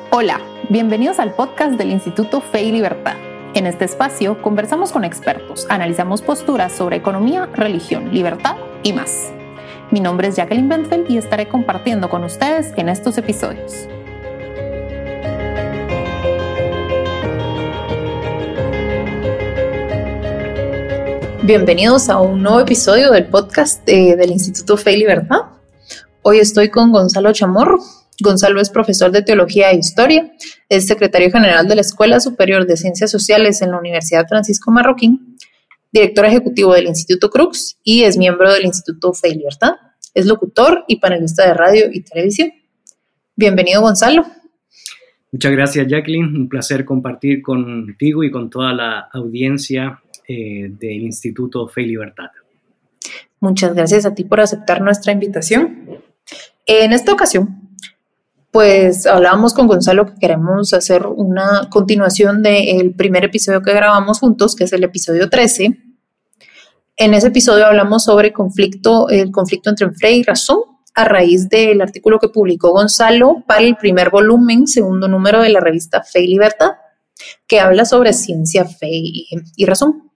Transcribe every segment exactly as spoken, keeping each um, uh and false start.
Hola, bienvenidos al podcast del Instituto Fe y Libertad. En este espacio conversamos con expertos, analizamos posturas sobre economía, religión, libertad y más. Mi nombre es Jacqueline Bentfeld y estaré compartiendo con ustedes en estos episodios. Bienvenidos a un nuevo episodio del podcast eh, del Instituto Fe y Libertad. Hoy estoy con Gonzalo Chamorro. Gonzalo es profesor de Teología e Historia, es secretario general de la Escuela Superior de Ciencias Sociales en la Universidad Francisco Marroquín, director ejecutivo del Instituto Crux y es miembro del Instituto Fe y Libertad. Es locutor y panelista de radio y televisión. Bienvenido, Gonzalo. Muchas gracias, Jacqueline. Un placer compartir contigo y con toda la audiencia eh, del Instituto Fe y Libertad. Muchas gracias a ti por aceptar nuestra invitación. En esta ocasión, pues hablábamos con Gonzalo que queremos hacer una continuación del primer episodio que grabamos juntos, que es el episodio trece. En ese episodio hablamos sobre conflicto, el conflicto entre fe y razón, a raíz del artículo que publicó Gonzalo para el primer volumen, segundo número de la revista Fe y Libertad, que habla sobre ciencia, fe y, y razón.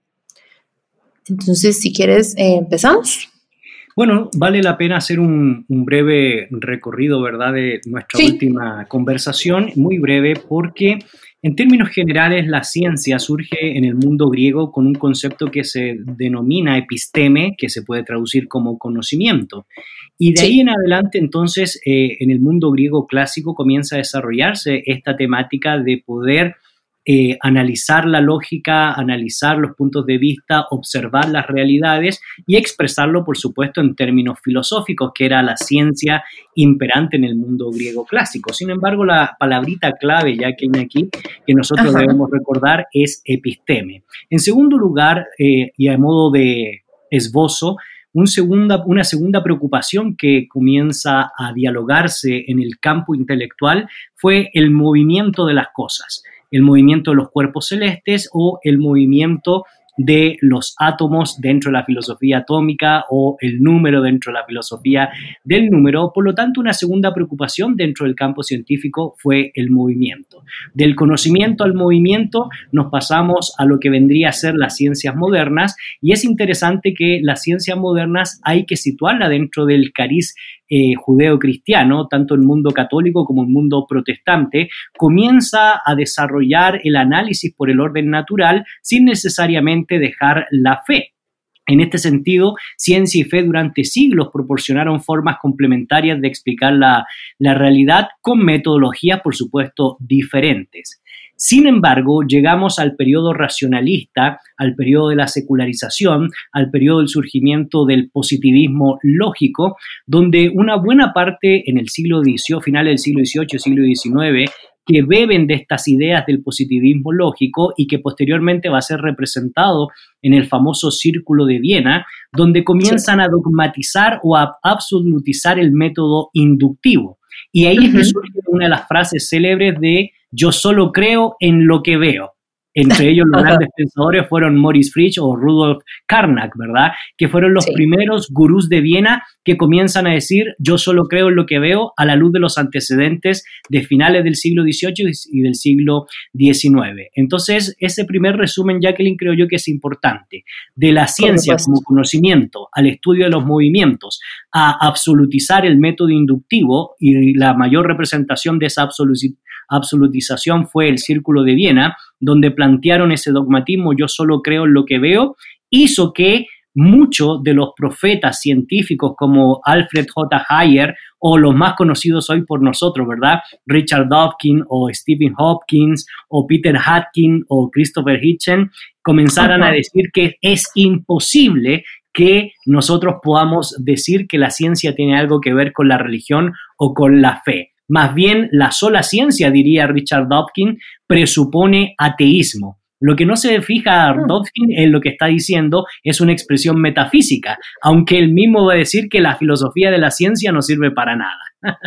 Entonces, si quieres, eh, empezamos. Bueno, vale la pena hacer un, un breve recorrido, ¿verdad?, de nuestra sí. última conversación, muy breve, porque en términos generales la ciencia surge en el mundo griego con un concepto que se denomina episteme, que se puede traducir como conocimiento. Y de sí. ahí en adelante, entonces, eh, en el mundo griego clásico comienza a desarrollarse esta temática de poder Eh, analizar la lógica, analizar los puntos de vista, observar las realidades y expresarlo, por supuesto, en términos filosóficos, que era la ciencia imperante en el mundo griego clásico. Sin embargo, la palabrita clave, ya que hay aquí, que nosotros Ajá. debemos recordar, es episteme. En segundo lugar, eh, y a modo de esbozo, Un segunda, una segunda preocupación que comienza a dialogarse en el campo intelectual fue el movimiento de las cosas. El movimiento de los cuerpos celestes o el movimiento de los átomos dentro de la filosofía atómica o el número dentro de la filosofía del número. Por lo tanto, una segunda preocupación dentro del campo científico fue el movimiento. Del conocimiento al movimiento nos pasamos a lo que vendría a ser las ciencias modernas y es interesante que las ciencias modernas hay que situarla dentro del cariz Eh, judeo-cristiano, tanto el mundo católico como el mundo protestante, comienza a desarrollar el análisis por el orden natural sin necesariamente dejar la fe. En este sentido, ciencia y fe durante siglos proporcionaron formas complementarias de explicar la, la realidad con metodologías, por supuesto, diferentes. Sin embargo, llegamos al periodo racionalista, al periodo de la secularización, al periodo del surgimiento del positivismo lógico, donde una buena parte en el siglo dieciocho, final del siglo dieciocho, siglo diecinueve, que beben de estas ideas del positivismo lógico y que posteriormente va a ser representado en el famoso Círculo de Viena, donde comienzan sí. a dogmatizar o a absolutizar el método inductivo. Y ahí uh-huh. es que surge una de las frases célebres de yo solo creo en lo que veo. Entre ellos los grandes pensadores fueron Maurice Frisch o Rudolf Carnap, ¿verdad? Que fueron los sí. primeros gurús de Viena que comienzan a decir yo solo creo en lo que veo a la luz de los antecedentes de finales del siglo dieciocho y del siglo diecinueve. Entonces, ese primer resumen, Jacqueline, creo yo que es importante. De la ciencia como conocimiento al estudio de los movimientos a absolutizar el método inductivo y la mayor representación de esa absolución absolutización fue el Círculo de Viena, donde plantearon ese dogmatismo, yo solo creo en lo que veo, hizo que muchos de los profetas científicos como Alfred J. Heyer o los más conocidos hoy por nosotros, ¿verdad? Richard Dawkins o Stephen Hopkins o Peter Hatkin o Christopher Hitchens comenzaran uh-huh. a decir que es imposible que nosotros podamos decir que la ciencia tiene algo que ver con la religión o con la fe. Más bien, la sola ciencia, diría Richard Dawkins, presupone ateísmo. Lo que no se fija Dawkins en lo que está diciendo es una expresión metafísica, aunque él mismo va a decir que la filosofía de la ciencia no sirve para nada.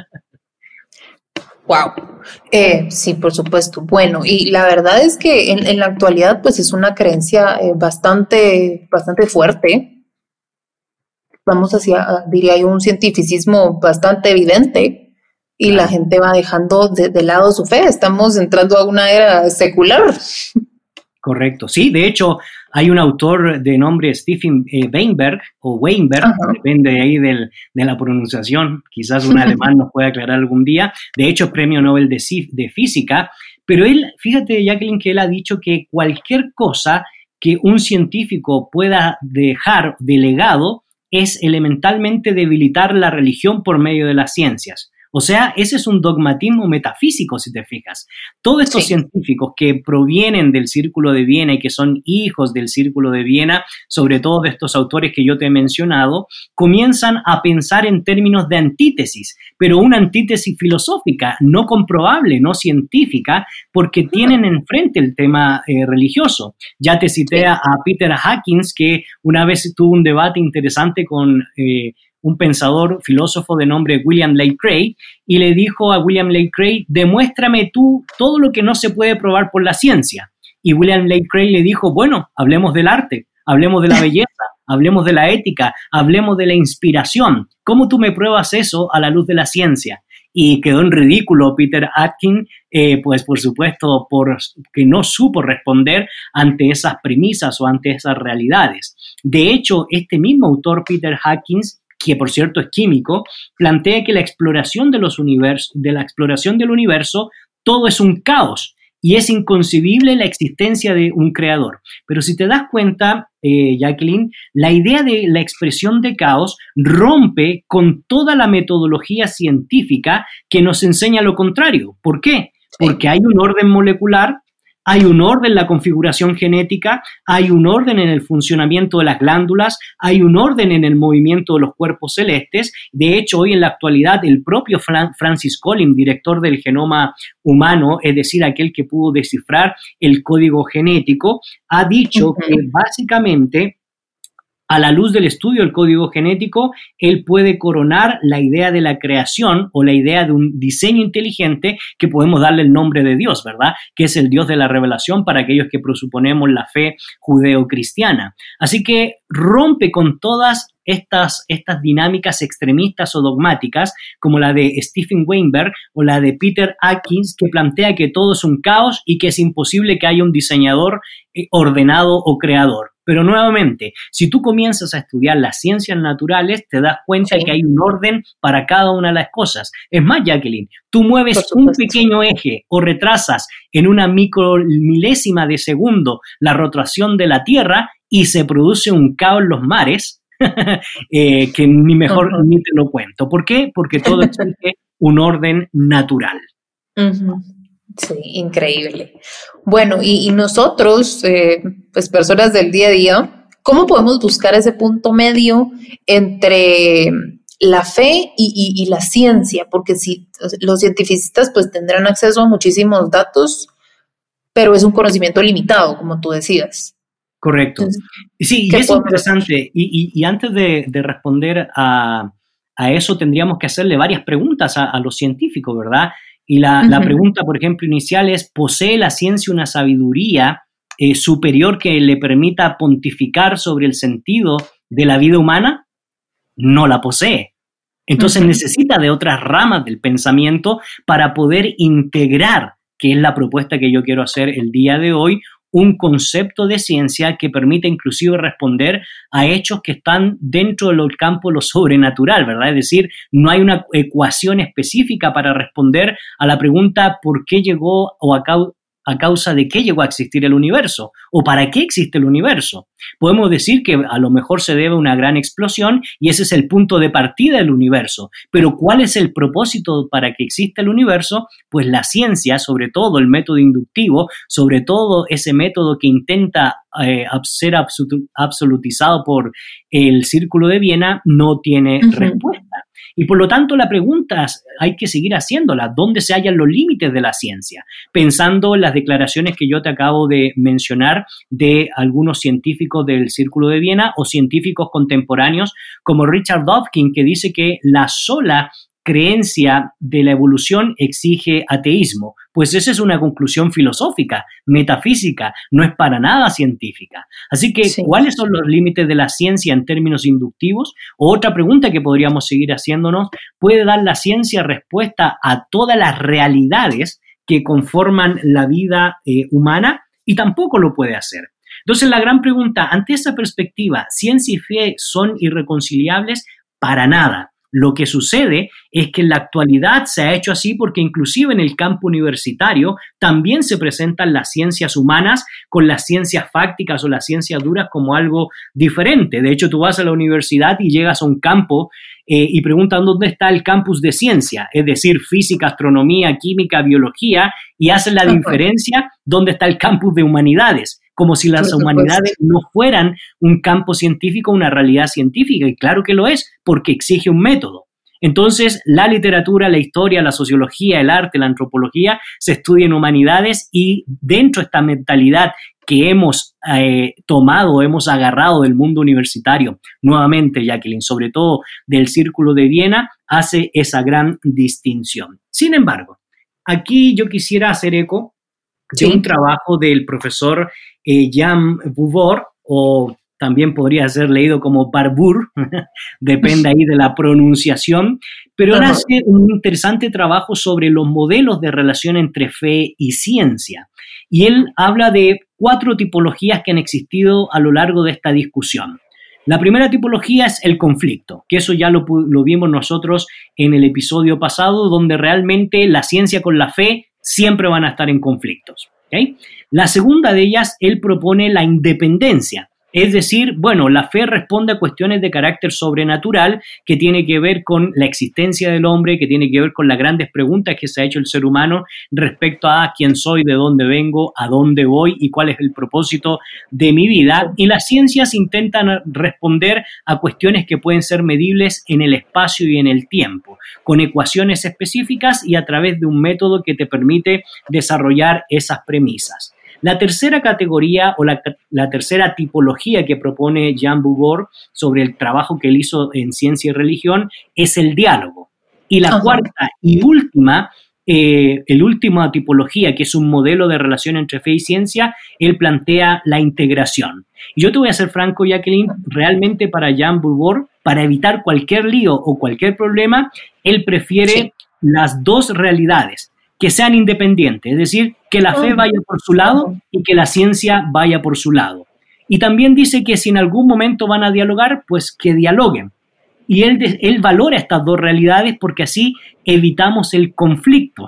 Wow. Eh, sí, por supuesto. Bueno, y la verdad es que en, en la actualidad, pues es una creencia eh, bastante, bastante fuerte. Vamos hacia, diría yo, un cientificismo bastante evidente. y la gente va dejando de, de lado su fe. Estamos entrando a una era secular. Correcto. Sí, de hecho, hay un autor de nombre Stephen eh, Weinberg, o Weinberg, uh-huh. depende de ahí del, de la pronunciación, quizás un alemán nos pueda aclarar algún día. De hecho, es premio Nobel de, de Física, pero él, fíjate, Jacqueline, que él ha dicho que cualquier cosa que un científico pueda dejar de legado es elementalmente debilitar la religión por medio de las ciencias. O sea, ese es un dogmatismo metafísico, si te fijas. Todos estos sí. científicos que provienen del Círculo de Viena y que son hijos del Círculo de Viena, sobre todo de estos autores que yo te he mencionado, comienzan a pensar en términos de antítesis, pero una antítesis filosófica, no comprobable, no científica, porque tienen enfrente el tema eh, religioso. Ya te cité a, a Peter Hawkins, que una vez tuvo un debate interesante con Eh, un pensador, filósofo de nombre William Lane Craig, y le dijo a William Lane Craig, demuéstrame tú todo lo que no se puede probar por la ciencia. Y William Lane Craig le dijo, bueno, hablemos del arte, hablemos de la belleza, hablemos de la ética, hablemos de la inspiración. ¿Cómo tú me pruebas eso a la luz de la ciencia? Y quedó en ridículo Peter Atkins, eh, pues por supuesto, porque no supo responder ante esas premisas o ante esas realidades. De hecho, este mismo autor, Peter Hawkins, que por cierto es químico, plantea que la exploración de los universos, de la exploración del universo, todo es un caos y es inconcebible la existencia de un creador. Pero si te das cuenta, eh, Jacqueline, la idea de la expresión de caos rompe con toda la metodología científica que nos enseña lo contrario. ¿Por qué? Porque hay un orden molecular, hay un orden en la configuración genética, hay un orden en el funcionamiento de las glándulas, hay un orden en el movimiento de los cuerpos celestes. De hecho, hoy en la actualidad, el propio Francis Collins, director del genoma humano, es decir, aquel que pudo descifrar el código genético, ha dicho uh-huh. que básicamente, a la luz del estudio del código genético, él puede coronar la idea de la creación o la idea de un diseño inteligente que podemos darle el nombre de Dios, ¿verdad? Que es el Dios de la revelación para aquellos que presuponemos la fe judeo-cristiana. Así que rompe con todas estas, estas dinámicas extremistas o dogmáticas, como la de Stephen Weinberg o la de Peter Atkins, que plantea que todo es un caos y que es imposible que haya un diseñador ordenado o creador. Pero nuevamente, si tú comienzas a estudiar las ciencias naturales, te das cuenta sí. que hay un orden para cada una de las cosas. Es más, Jacqueline, tú mueves un pequeño eje o retrasas en una micromilésima de segundo la rotación de la Tierra y se produce un caos en los mares, eh, que ni mejor uh-huh. ni te lo cuento. ¿Por qué? Porque todo exige un orden natural. Uh-huh. Sí, increíble. Bueno, y, y nosotros, eh, pues personas del día a día, ¿cómo podemos buscar ese punto medio entre la fe y, y, y la ciencia? Porque si los cientificistas pues tendrán acceso a muchísimos datos, pero es un conocimiento limitado, como tú decías. Correcto. Entonces, sí, y es interesante. Y, y, y antes de, de responder a, a eso, tendríamos que hacerle varias preguntas a, a los científicos, ¿verdad? Y la, uh-huh. la pregunta, por ejemplo, inicial es, ¿posee la ciencia una sabiduría eh, superior que le permita pontificar sobre el sentido de la vida humana? No la posee. Entonces uh-huh. necesita de otras ramas del pensamiento para poder integrar, que es la propuesta que yo quiero hacer el día de hoy, un concepto de ciencia que permite inclusive responder a hechos que están dentro del campo de lo sobrenatural, ¿verdad? Es decir, no hay una ecuación específica para responder a la pregunta ¿por qué llegó o a, cau- a causa de qué llegó a existir el universo? ¿O para qué existe el universo? Podemos decir que a lo mejor se debe a una gran explosión y ese es el punto de partida del universo. Pero ¿cuál es el propósito para que exista el universo? Pues la ciencia, sobre todo el método inductivo, sobre todo ese método que intenta eh, ser absolutizado por el Círculo de Viena, no tiene uh-huh. respuesta. Y por lo tanto la pregunta hay que seguir haciéndola. ¿Dónde se hallan los límites de la ciencia? Pensando en las declaraciones que yo te acabo de mencionar de algunos científicos del Círculo de Viena o científicos contemporáneos como Richard Dawkins, que dice que la sola creencia de la evolución exige ateísmo. Pues esa es una conclusión filosófica, metafísica, no es para nada científica. Así que, sí. ¿Cuáles son los límites de la ciencia en términos inductivos? O otra pregunta que podríamos seguir haciéndonos, ¿puede dar la ciencia respuesta a todas las realidades que conforman la vida eh, humana? Y tampoco lo puede hacer. Entonces, la gran pregunta, ante esa perspectiva, ¿ciencia y fe son irreconciliables? Para nada. Lo que sucede es que en la actualidad se ha hecho así porque inclusive en el campo universitario también se presentan las ciencias humanas con las ciencias fácticas o las ciencias duras como algo diferente. De hecho, tú vas a la universidad y llegas a un campo eh, y preguntan dónde está el campus de ciencia, es decir, física, astronomía, química, biología, y hacen la diferencia dónde está el campus de humanidades, como si las humanidades no fueran un campo científico, una realidad científica, y claro que lo es, porque exige un método. Entonces, la literatura, la historia, la sociología, el arte, la antropología se estudian en humanidades y dentro de esta mentalidad que hemos eh, tomado, hemos agarrado del mundo universitario, nuevamente, Jacqueline, sobre todo del Círculo de Viena, hace esa gran distinción. Sin embargo, aquí yo quisiera hacer eco de sí. un trabajo del profesor eh, Jan Bouvor, o también podría ser leído como Barbour, depende ahí de la pronunciación, pero él hace un interesante trabajo sobre los modelos de relación entre fe y ciencia. Y él habla de cuatro tipologías que han existido a lo largo de esta discusión. La primera tipología es el conflicto, que eso ya lo, lo vimos nosotros en el episodio pasado, donde realmente la ciencia con la fe siempre van a estar en conflictos. ¿Okay? La segunda de ellas, él propone la independencia. Es decir, bueno, la fe responde a cuestiones de carácter sobrenatural que tiene que ver con la existencia del hombre, que tiene que ver con las grandes preguntas que se ha hecho el ser humano respecto a quién soy, de dónde vengo, a dónde voy y cuál es el propósito de mi vida. Y las ciencias intentan responder a cuestiones que pueden ser medibles en el espacio y en el tiempo, con ecuaciones específicas y a través de un método que te permite desarrollar esas premisas. La tercera categoría o la, la tercera tipología que propone Jan Bouvor sobre el trabajo que él hizo en ciencia y religión es el diálogo. Y la Ajá. cuarta y última, eh, el última tipología, que es un modelo de relación entre fe y ciencia, él plantea la integración. Y yo te voy a ser franco, Jacqueline, realmente para Jan Bouvor, para evitar cualquier lío o cualquier problema, él prefiere sí. las dos realidades, que sean independientes, es decir, que la fe vaya por su lado y que la ciencia vaya por su lado. Y también dice que si en algún momento van a dialogar, pues que dialoguen. Y él, él valora estas dos realidades porque así evitamos el conflicto.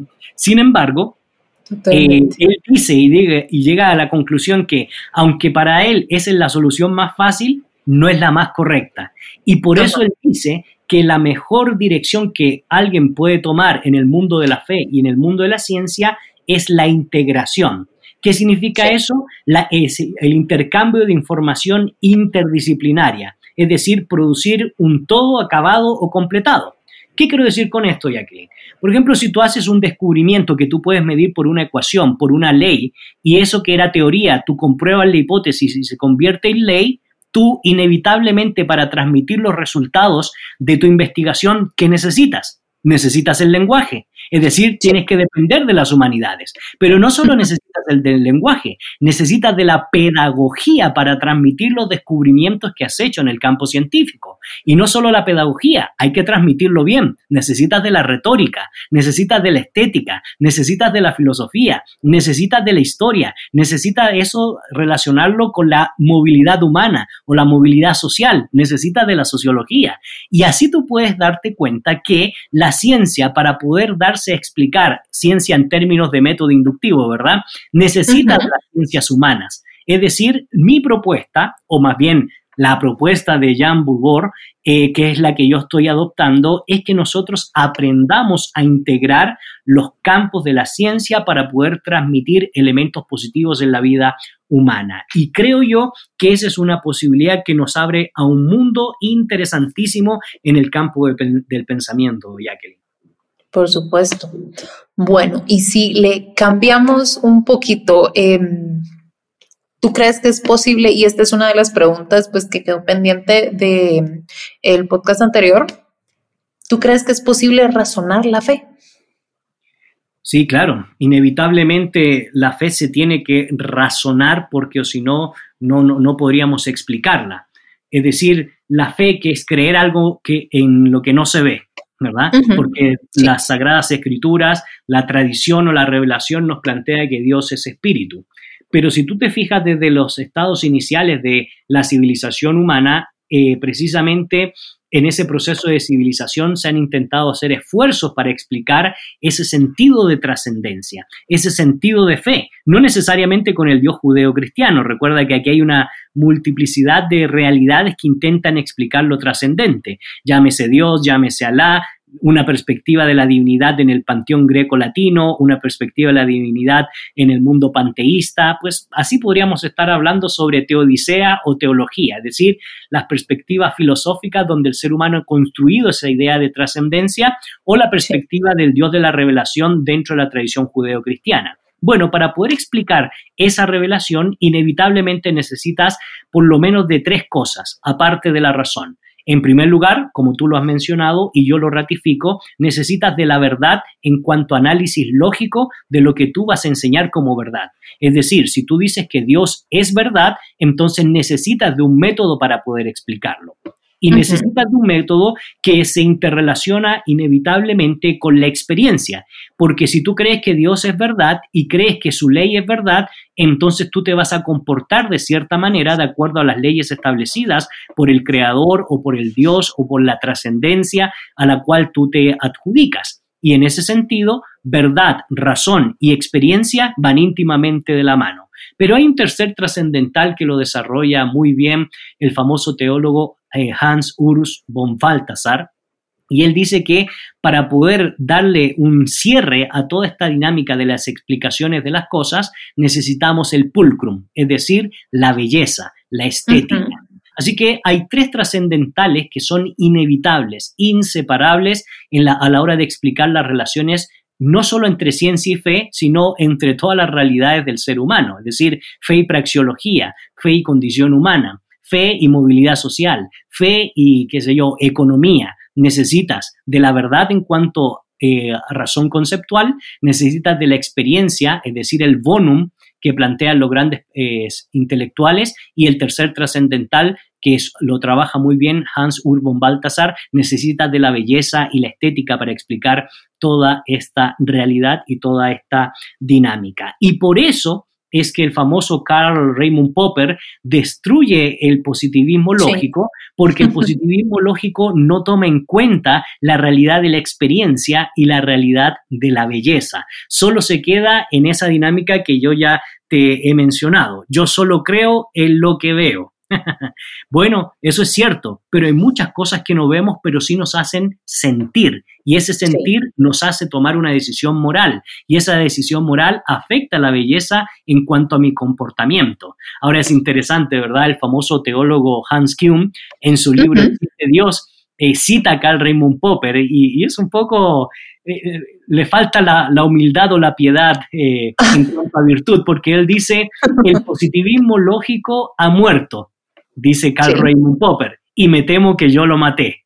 Sin embargo, eh, él dice y, diga, y llega a la conclusión que, aunque para él esa es la solución más fácil, no es la más correcta. Y por eso él dice que la mejor dirección que alguien puede tomar en el mundo de la fe y en el mundo de la ciencia es la integración. ¿Qué significa sí. eso? La, es el intercambio de información interdisciplinaria, es decir, producir un todo acabado o completado. ¿Qué quiero decir con esto, Jacqueline? Por ejemplo, si tú haces un descubrimiento que tú puedes medir por una ecuación, por una ley, y eso que era teoría, tú compruebas la hipótesis y se convierte en ley, tú inevitablemente para transmitir los resultados de tu investigación, ¿qué necesitas? Necesitas el lenguaje. Es decir, tienes que depender de las humanidades. Pero no solo necesitas del, del lenguaje, necesitas de la pedagogía para transmitir los descubrimientos que has hecho en el campo científico. Y no solo la pedagogía, hay que transmitirlo bien. Necesitas de la retórica, necesitas de la estética, necesitas de la filosofía, necesitas de la historia, necesitas eso relacionarlo con la movilidad humana o la movilidad social, necesitas de la sociología. Y así tú puedes darte cuenta que la ciencia, para poder darse a explicar ciencia en términos de método inductivo, ¿verdad? Necesita uh-huh. las ciencias humanas. Es decir, mi propuesta, o más bien la propuesta de Jan Bouvor, eh, que es la que yo estoy adoptando, es que nosotros aprendamos a integrar los campos de la ciencia para poder transmitir elementos positivos en la vida humana. Y creo yo que esa es una posibilidad que nos abre a un mundo interesantísimo en el campo de, del pensamiento, Jacqueline. Por supuesto. Bueno, y si le cambiamos un poquito, eh, ¿tú crees que es posible? Y esta es una de las preguntas pues, que quedó pendiente del podcast anterior. ¿Tú crees que es posible razonar la fe? Sí, claro. Inevitablemente la fe se tiene que razonar porque o si no, no, no podríamos explicarla. Es decir, la fe que es creer algo que, en lo que no se ve, ¿verdad? Uh-huh. Porque sí. Las Sagradas Escrituras, la tradición o la revelación nos plantea que Dios es espíritu. Pero si tú te fijas desde los estados iniciales de la civilización humana, eh, precisamente en ese proceso de civilización se han intentado hacer esfuerzos para explicar ese sentido de trascendencia, ese sentido de fe, no necesariamente con el Dios judeo-cristiano. Recuerda que aquí hay una multiplicidad de realidades que intentan explicar lo trascendente. Llámese Dios, llámese Alá, una perspectiva de la divinidad en el panteón greco-latino, una perspectiva de la divinidad en el mundo panteísta, pues así podríamos estar hablando sobre teodicea o teología, es decir, las perspectivas filosóficas donde el ser humano ha construido esa idea de trascendencia, o la perspectiva del Dios de la revelación dentro de la tradición judeo-cristiana. Bueno, para poder explicar esa revelación, inevitablemente necesitas por lo menos de tres cosas, aparte de la razón. En primer lugar, como tú lo has mencionado y yo lo ratifico, necesitas de la verdad en cuanto a análisis lógico de lo que tú vas a enseñar como verdad. Es decir, si tú dices que Dios es verdad, entonces necesitas de un método para poder explicarlo. Y uh-huh. necesitas de un método que se interrelaciona inevitablemente con la experiencia, porque si tú crees que Dios es verdad y crees que su ley es verdad, entonces tú te vas a comportar de cierta manera de acuerdo a las leyes establecidas por el Creador o por el Dios o por la trascendencia a la cual tú te adjudicas. Y en ese sentido, verdad, razón y experiencia van íntimamente de la mano. Pero hay un tercer trascendental que lo desarrolla muy bien el famoso teólogo eh, Hans Urs von Balthasar, y él dice que para poder darle un cierre a toda esta dinámica de las explicaciones de las cosas, necesitamos el pulcrum, es decir, la belleza, la estética. Uh-huh. Así que hay tres trascendentales que son inevitables, inseparables en la, a la hora de explicar las relaciones no solo entre ciencia y fe, sino entre todas las realidades del ser humano, es decir, fe y praxeología, fe y condición humana, fe y movilidad social, fe y, qué sé yo, economía. Necesitas de la verdad en cuanto eh, a razón conceptual, necesitas de la experiencia, es decir, el bonum que plantean los grandes eh, intelectuales, y el tercer trascendental, que es, lo trabaja muy bien Hans Urs von Balthasar, necesitas de la belleza y la estética para explicar toda esta realidad y toda esta dinámica. Y por eso es que el famoso Karl Raimund Popper destruye el positivismo lógico, sí. porque el positivismo lógico no toma en cuenta la realidad de la experiencia y la realidad de la belleza. Solo se queda en esa dinámica que yo ya te he mencionado. Yo solo creo en lo que veo. Bueno, eso es cierto, pero hay muchas cosas que no vemos, pero sí nos hacen sentir, y ese sentir sí. nos hace tomar una decisión moral, y esa decisión moral afecta la belleza en cuanto a mi comportamiento. Ahora es interesante, ¿verdad? El famoso teólogo Hans Kuhn, en su libro uh-huh. ¿Existe Dios?, eh, cita a Karl Raimund Popper, y, y es un poco... Eh, le falta la, la humildad o la piedad eh, en cuanto a virtud, porque él dice, el positivismo lógico ha muerto, dice Karl sí. Raimund Popper, y me temo que yo lo maté.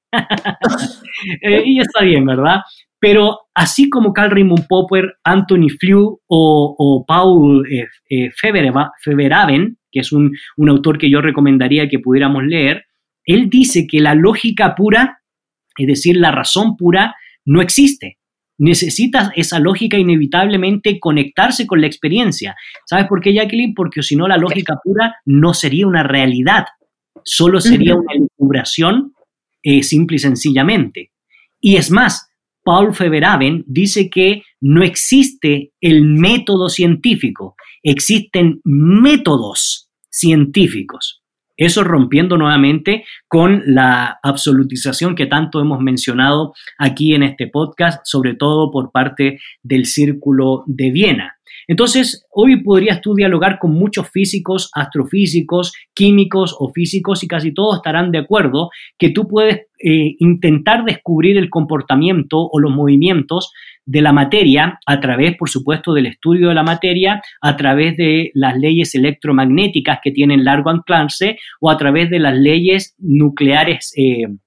eh, y está bien, ¿verdad? Pero así como Karl Raimund Popper, Anthony Flew o, o Paul eh, eh, Feyerabend, que es un, un autor que yo recomendaría que pudiéramos leer, él dice que la lógica pura, es decir, la razón pura, no existe. Necesitas esa lógica inevitablemente conectarse con la experiencia. ¿Sabes por qué, Jacqueline? Porque si no, la lógica pura no sería una realidad, solo sería uh-huh. una elucubración eh, simple y sencillamente. Y es más, Paul Feyerabend dice que no existe el método científico, existen métodos científicos. Eso rompiendo nuevamente con la absolutización que tanto hemos mencionado aquí en este podcast, sobre todo por parte del Círculo de Viena. Entonces, hoy podrías tú dialogar con muchos físicos, astrofísicos, químicos o físicos, y casi todos estarán de acuerdo que tú puedes eh, intentar descubrir el comportamiento o los movimientos de la materia a través, por supuesto, del estudio de la materia, a través de las leyes electromagnéticas que tienen largo anclaje, o a través de las leyes nucleares eh,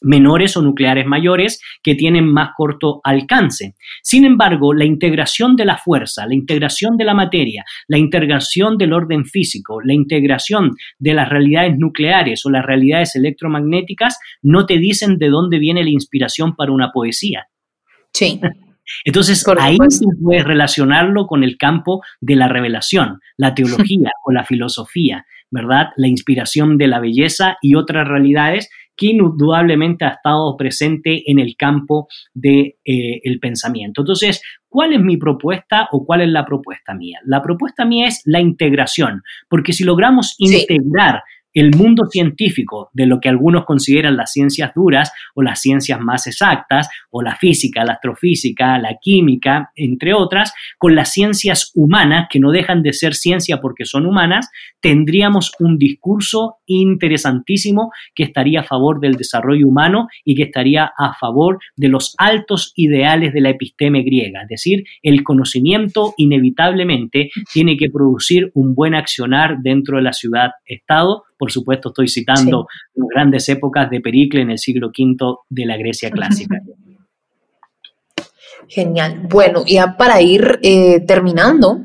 menores o nucleares mayores que tienen más corto alcance. Sin embargo, la integración de la fuerza, la integración de la materia, la integración del orden físico, la integración de las realidades nucleares o las realidades electromagnéticas no te dicen de dónde viene la inspiración para una poesía. Sí. Entonces, ahí tú puedes relacionarlo con el campo de la revelación, la teología o la filosofía, ¿verdad? La inspiración de la belleza y otras realidades que indudablemente ha estado presente en el campo del de, eh, pensamiento. Entonces, ¿cuál es mi propuesta o cuál es la propuesta mía? La propuesta mía es la integración, porque si logramos sí. integrar el mundo científico de lo que algunos consideran las ciencias duras o las ciencias más exactas, o la física, la astrofísica, la química, entre otras, con las ciencias humanas, que no dejan de ser ciencia porque son humanas, tendríamos un discurso interesantísimo que estaría a favor del desarrollo humano y que estaría a favor de los altos ideales de la episteme griega. Es decir, el conocimiento inevitablemente tiene que producir un buen accionar dentro de la ciudad-estado. Por supuesto, estoy citando sí. las grandes épocas de Pericles en el siglo quinto de la Grecia clásica. Genial. Bueno, ya para ir eh, terminando,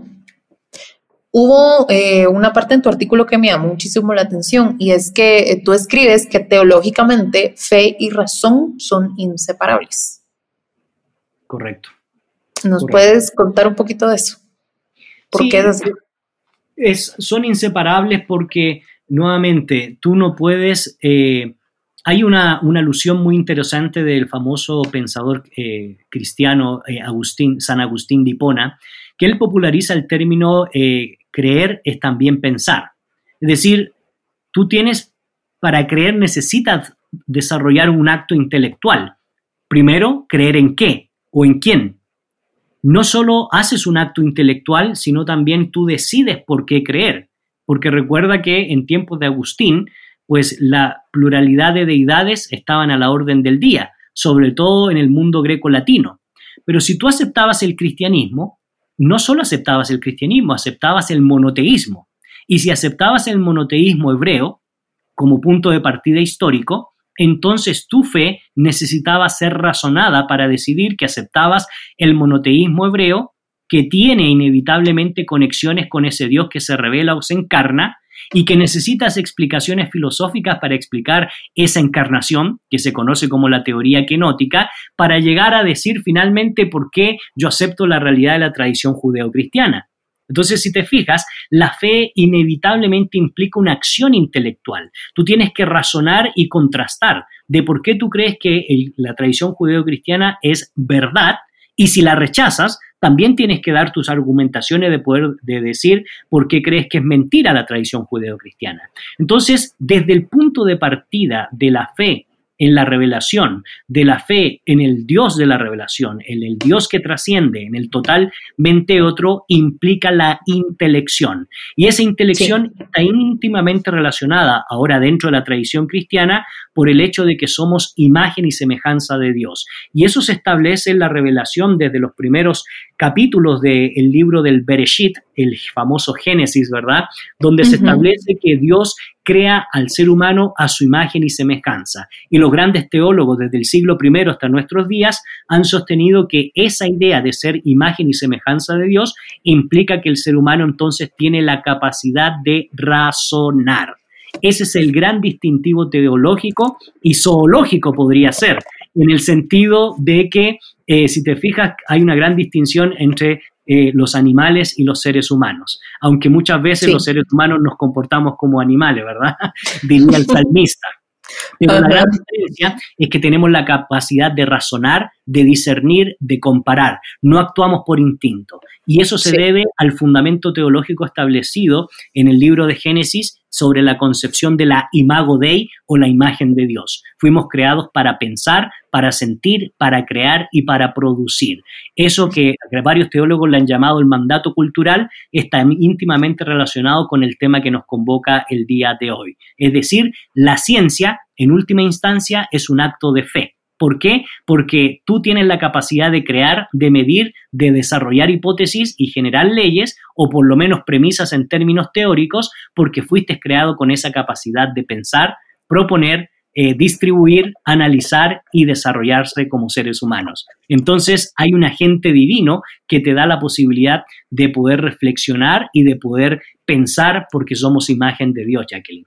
hubo eh, una parte en tu artículo que me llamó muchísimo la atención, y es que eh, tú escribes que teológicamente fe y razón son inseparables. Correcto. ¿Nos Correcto. puedes contar un poquito de eso? ¿Por sí, qué es así? Es, son inseparables porque nuevamente, tú no puedes, eh, hay una, una alusión muy interesante del famoso pensador eh, cristiano eh, Agustín, San Agustín de Hipona, que él populariza el término eh, creer es también pensar. Es decir, tú tienes, para creer necesitas desarrollar un acto intelectual. Primero, creer en qué o en quién. No solo haces un acto intelectual, sino también tú decides por qué creer. Porque recuerda que en tiempos de Agustín, pues la pluralidad de deidades estaban a la orden del día, sobre todo en el mundo greco-latino. Pero si tú aceptabas el cristianismo, no solo aceptabas el cristianismo, aceptabas el monoteísmo. Y si aceptabas el monoteísmo hebreo como punto de partida histórico, entonces tu fe necesitaba ser razonada para decidir que aceptabas el monoteísmo hebreo, que tiene inevitablemente conexiones con ese Dios que se revela o se encarna, y que necesitas explicaciones filosóficas para explicar esa encarnación, que se conoce como la teoría kenótica, para llegar a decir finalmente por qué yo acepto la realidad de la tradición judeocristiana. Entonces, si te fijas, la fe inevitablemente implica una acción intelectual. Tú tienes que razonar y contrastar de por qué tú crees que el, la tradición judeocristiana es verdad, y si la rechazas, también tienes que dar tus argumentaciones de poder de decir por qué crees que es mentira la tradición judeocristiana. Entonces, desde el punto de partida de la fe en la revelación, de la fe en el Dios de la revelación, en el Dios que trasciende, en el totalmente otro, implica la intelección. Y esa intelección sí. está íntimamente relacionada ahora dentro de la tradición cristiana por el hecho de que somos imagen y semejanza de Dios. Y eso se establece en la revelación desde los primeros capítulos del libro del Bereshit, el famoso Génesis, ¿verdad? Donde uh-huh. se establece que Dios crea al ser humano a su imagen y semejanza. Y los grandes teólogos desde el siglo primero hasta nuestros días han sostenido que esa idea de ser imagen y semejanza de Dios implica que el ser humano entonces tiene la capacidad de razonar. Ese es el gran distintivo teológico y zoológico podría ser, en el sentido de que, eh, si te fijas, hay una gran distinción entre Eh, los animales y los seres humanos, aunque muchas veces sí. los seres humanos nos comportamos como animales, ¿verdad? Diría el salmista. Pero uh-huh. la gran diferencia es que tenemos la capacidad de razonar, de discernir, de comparar. No actuamos por instinto. Y eso se sí. debe al fundamento teológico establecido en el libro de Génesis sobre la concepción de la imago Dei o la imagen de Dios. Fuimos creados para pensar, para sentir, para crear y para producir. Eso que varios teólogos le han llamado el mandato cultural está íntimamente relacionado con el tema que nos convoca el día de hoy. Es decir, la ciencia, en última instancia, es un acto de fe. ¿Por qué? Porque tú tienes la capacidad de crear, de medir, de desarrollar hipótesis y generar leyes, o por lo menos premisas en términos teóricos, porque fuiste creado con esa capacidad de pensar, proponer, eh, distribuir, analizar y desarrollarse como seres humanos. Entonces hay un agente divino que te da la posibilidad de poder reflexionar y de poder pensar porque somos imagen de Dios, Jacqueline.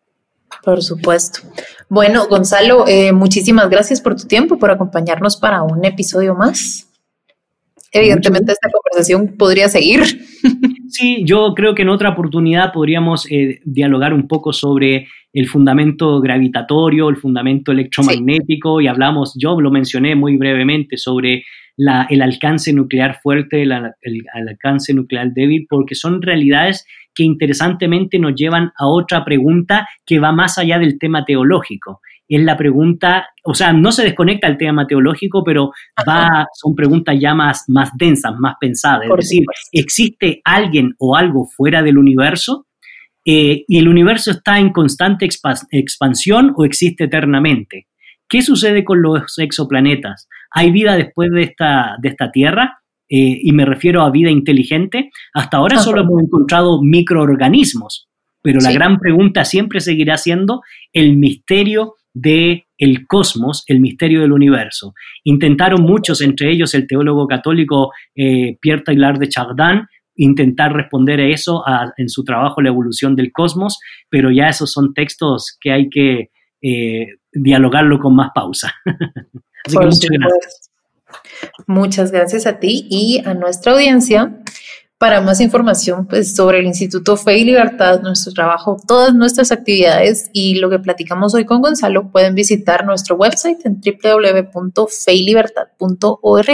Por supuesto. Bueno, Gonzalo, eh, muchísimas gracias por tu tiempo, por acompañarnos para un episodio más. Evidentemente esta conversación podría seguir. Sí, yo creo que en otra oportunidad podríamos eh, dialogar un poco sobre el fundamento gravitatorio, el fundamento electromagnético, sí. Y hablamos, yo lo mencioné muy brevemente, sobre la, el alcance nuclear fuerte, el, el, el alcance nuclear débil, porque son realidades que interesantemente nos llevan a otra pregunta que va más allá del tema teológico. Es la pregunta, o sea, no se desconecta el tema teológico, pero va, son preguntas ya más, más densas, más pensadas. Es decir, ¿existe alguien o algo fuera del universo? Eh, ¿Y el universo está en constante expa- expansión o existe eternamente? ¿Qué sucede con los exoplanetas? ¿Hay vida después de esta, de esta Tierra? Eh, y me refiero a vida inteligente. Hasta ahora Ajá. solo hemos encontrado microorganismos, pero sí. La gran pregunta siempre seguirá siendo el misterio del cosmos, el misterio del universo. Intentaron muchos, entre ellos el teólogo católico eh, Pierre Teilhard de Chardin, intentar responder a eso a, en su trabajo La evolución del cosmos, pero ya esos son textos que hay que eh, dialogarlo con más pausa. Así Por que muchas gracias. Muchas gracias a ti y a nuestra audiencia. Para más información pues, sobre el Instituto Fe y Libertad, nuestro trabajo, todas nuestras actividades y lo que platicamos hoy con Gonzalo, pueden visitar nuestro website en doble u doble u doble u punto fe y libertad punto org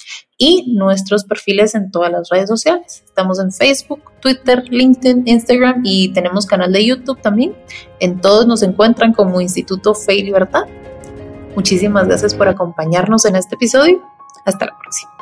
y nuestros perfiles en todas las redes sociales. Estamos en Facebook, Twitter, LinkedIn, Instagram y tenemos canal de YouTube también. En todos nos encuentran como Instituto Fe y Libertad. Muchísimas gracias por acompañarnos en este episodio. Hasta la próxima.